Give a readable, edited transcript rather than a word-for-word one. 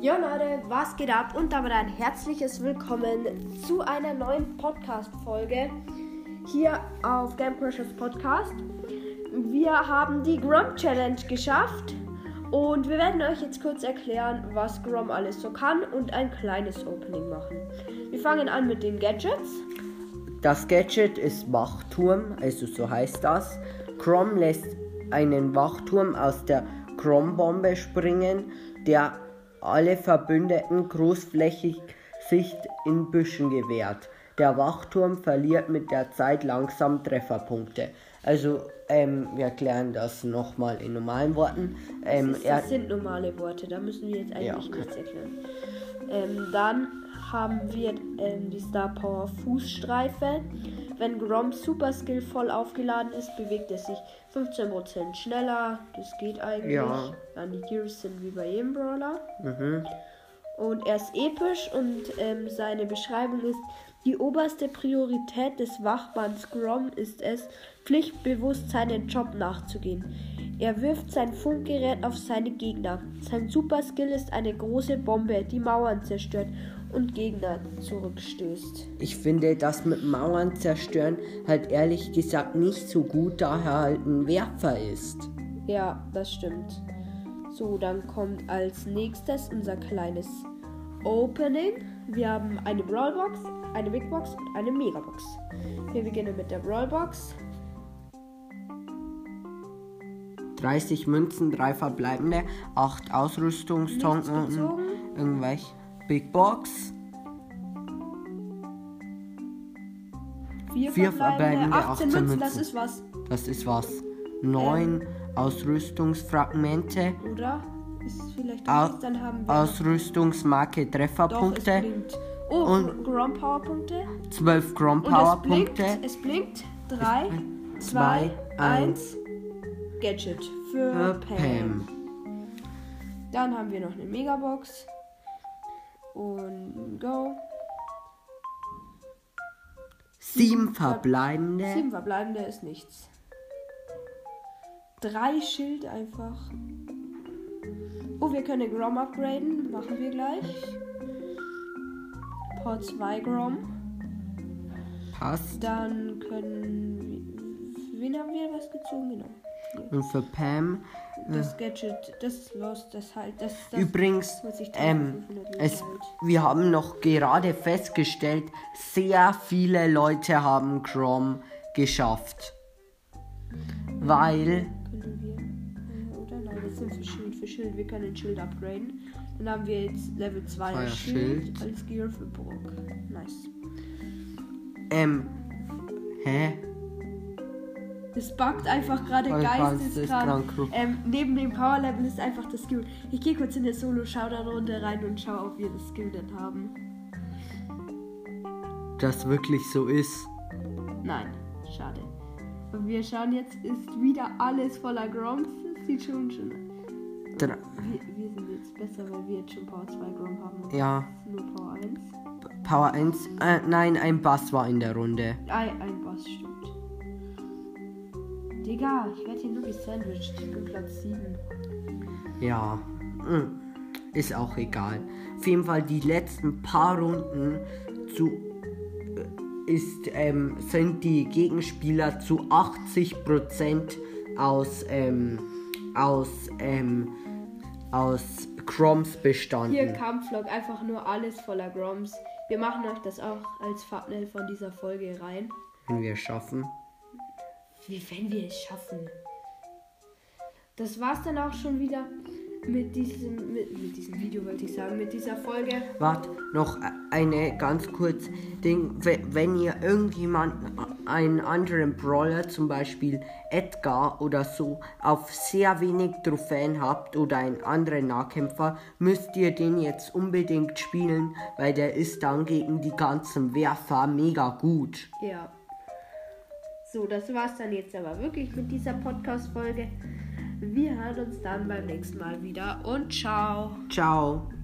Jo Leute, was geht ab? Und damit ein herzliches Willkommen zu einer neuen Podcast-Folge hier auf Game Crushers Podcast. Wir haben die Grom Challenge geschafft und wir werden euch jetzt kurz erklären, was Grom alles so kann und ein kleines Opening machen. Wir fangen an mit den Gadgets. Das Gadget ist Wachturm, also so heißt das. Grom lässt einen Wachturm aus der Grom-Bombe springen, der alle Verbündeten großflächig Sicht in Büschen gewährt. Der Wachturm verliert mit der Zeit langsam Trefferpunkte. Also, wir erklären das nochmal in normalen Worten. Das sind normale Worte, da müssen wir jetzt eigentlich nichts erklären. Dann haben wir die Star Power Fußstreife. Wenn Groms Super Skill voll aufgeladen ist, bewegt er sich 15% schneller. Das geht eigentlich. Ja. Dann die Gears sind wie bei jedem Brawler. Und er ist episch und seine Beschreibung ist: Die oberste Priorität des Wachmanns Grom ist es, pflichtbewusst seinen Job nachzugehen. Er wirft sein Funkgerät auf seine Gegner. Sein Super Skill ist eine große Bombe, die Mauern zerstört und Gegner zurückstößt. Ich finde das mit Mauern zerstören halt ehrlich gesagt nicht so gut, da er halt ein Werfer ist. Ja, das stimmt. So, dann kommt als nächstes unser kleines Opening. Wir haben eine Brawlbox, eine Big Box und eine Megabox. Wir beginnen mit der Brawlbox. 30 Münzen, 3 verbleibende, 8 Ausrüstungstonken, irgendwelche Big Box. 4 verbleibende, 18 Münzen, das ist was. 9 Ausrüstungsfragmente. Oder? Ist es vielleicht auch nichts, dann haben wir Ausrüstungsmarke Trefferpunkte. Doch, es blinkt. Und Grom Powerpunkte. 12 Grom Powerpunkte. Es blinkt. 3, 2, 1. Gadget für Pam. Dann haben wir noch eine Megabox. Und go. 7 verbleibende. 7 verbleibende ist nichts. 3 Schild einfach. Oh, wir können Grom upgraden. Machen wir gleich. Power 2 Grom. Passt. Dann können wir... Für wen haben wir was gezogen? Genau. Hier. Und für Pam... Das Gadget, das ist los, das halt... Das übrigens, wir haben noch gerade festgestellt, sehr viele Leute haben Grom geschafft. Weil... Oder? Nein, das sind für Schild. Wir können Schild upgraden. Dann haben wir jetzt Level 2 Schild als Gear für Brock. Nice. Es buggt einfach gerade geisteskrank. Neben dem Power Level ist einfach das Skill. Ich gehe kurz in der Solo-Showdown-Runde rein und schaue, ob wir das Skill denn haben. Das wirklich so ist? Nein, schade. Und wir schauen jetzt, ist wieder alles voller Groms. Das sieht schon. Wir sind jetzt besser, weil wir jetzt schon Power 2 Grom haben. Ja. Nur Power 1. Power 1? Nein, ein Bass war in der Runde. Ein Bass, stimmt. Digga, ich werde hier nur gesandwiched. Ich bin Platz 7. Ja, ist auch egal. Auf jeden Fall die letzten paar Runden sind die Gegenspieler zu 80% aus Groms bestanden. Hier Kampflog, einfach nur alles voller Groms. Wir machen euch das auch als Thumbnail von dieser Folge rein. Wenn wir es schaffen. Wenn wir es schaffen. Das war's dann auch schon wieder mit diesem Video, wollte ich sagen, mit dieser Folge. Warte, noch eine ganz kurz Ding. Wenn ihr irgendjemanden, einen anderen Brawler, zum Beispiel Edgar oder so, auf sehr wenig Trophäen habt oder einen anderen Nahkämpfer, müsst ihr den jetzt unbedingt spielen, weil der ist dann gegen die ganzen Werfer mega gut. Ja. So, das war's dann jetzt aber wirklich mit dieser Podcast-Folge. Wir hören uns dann beim nächsten Mal wieder und ciao. Ciao.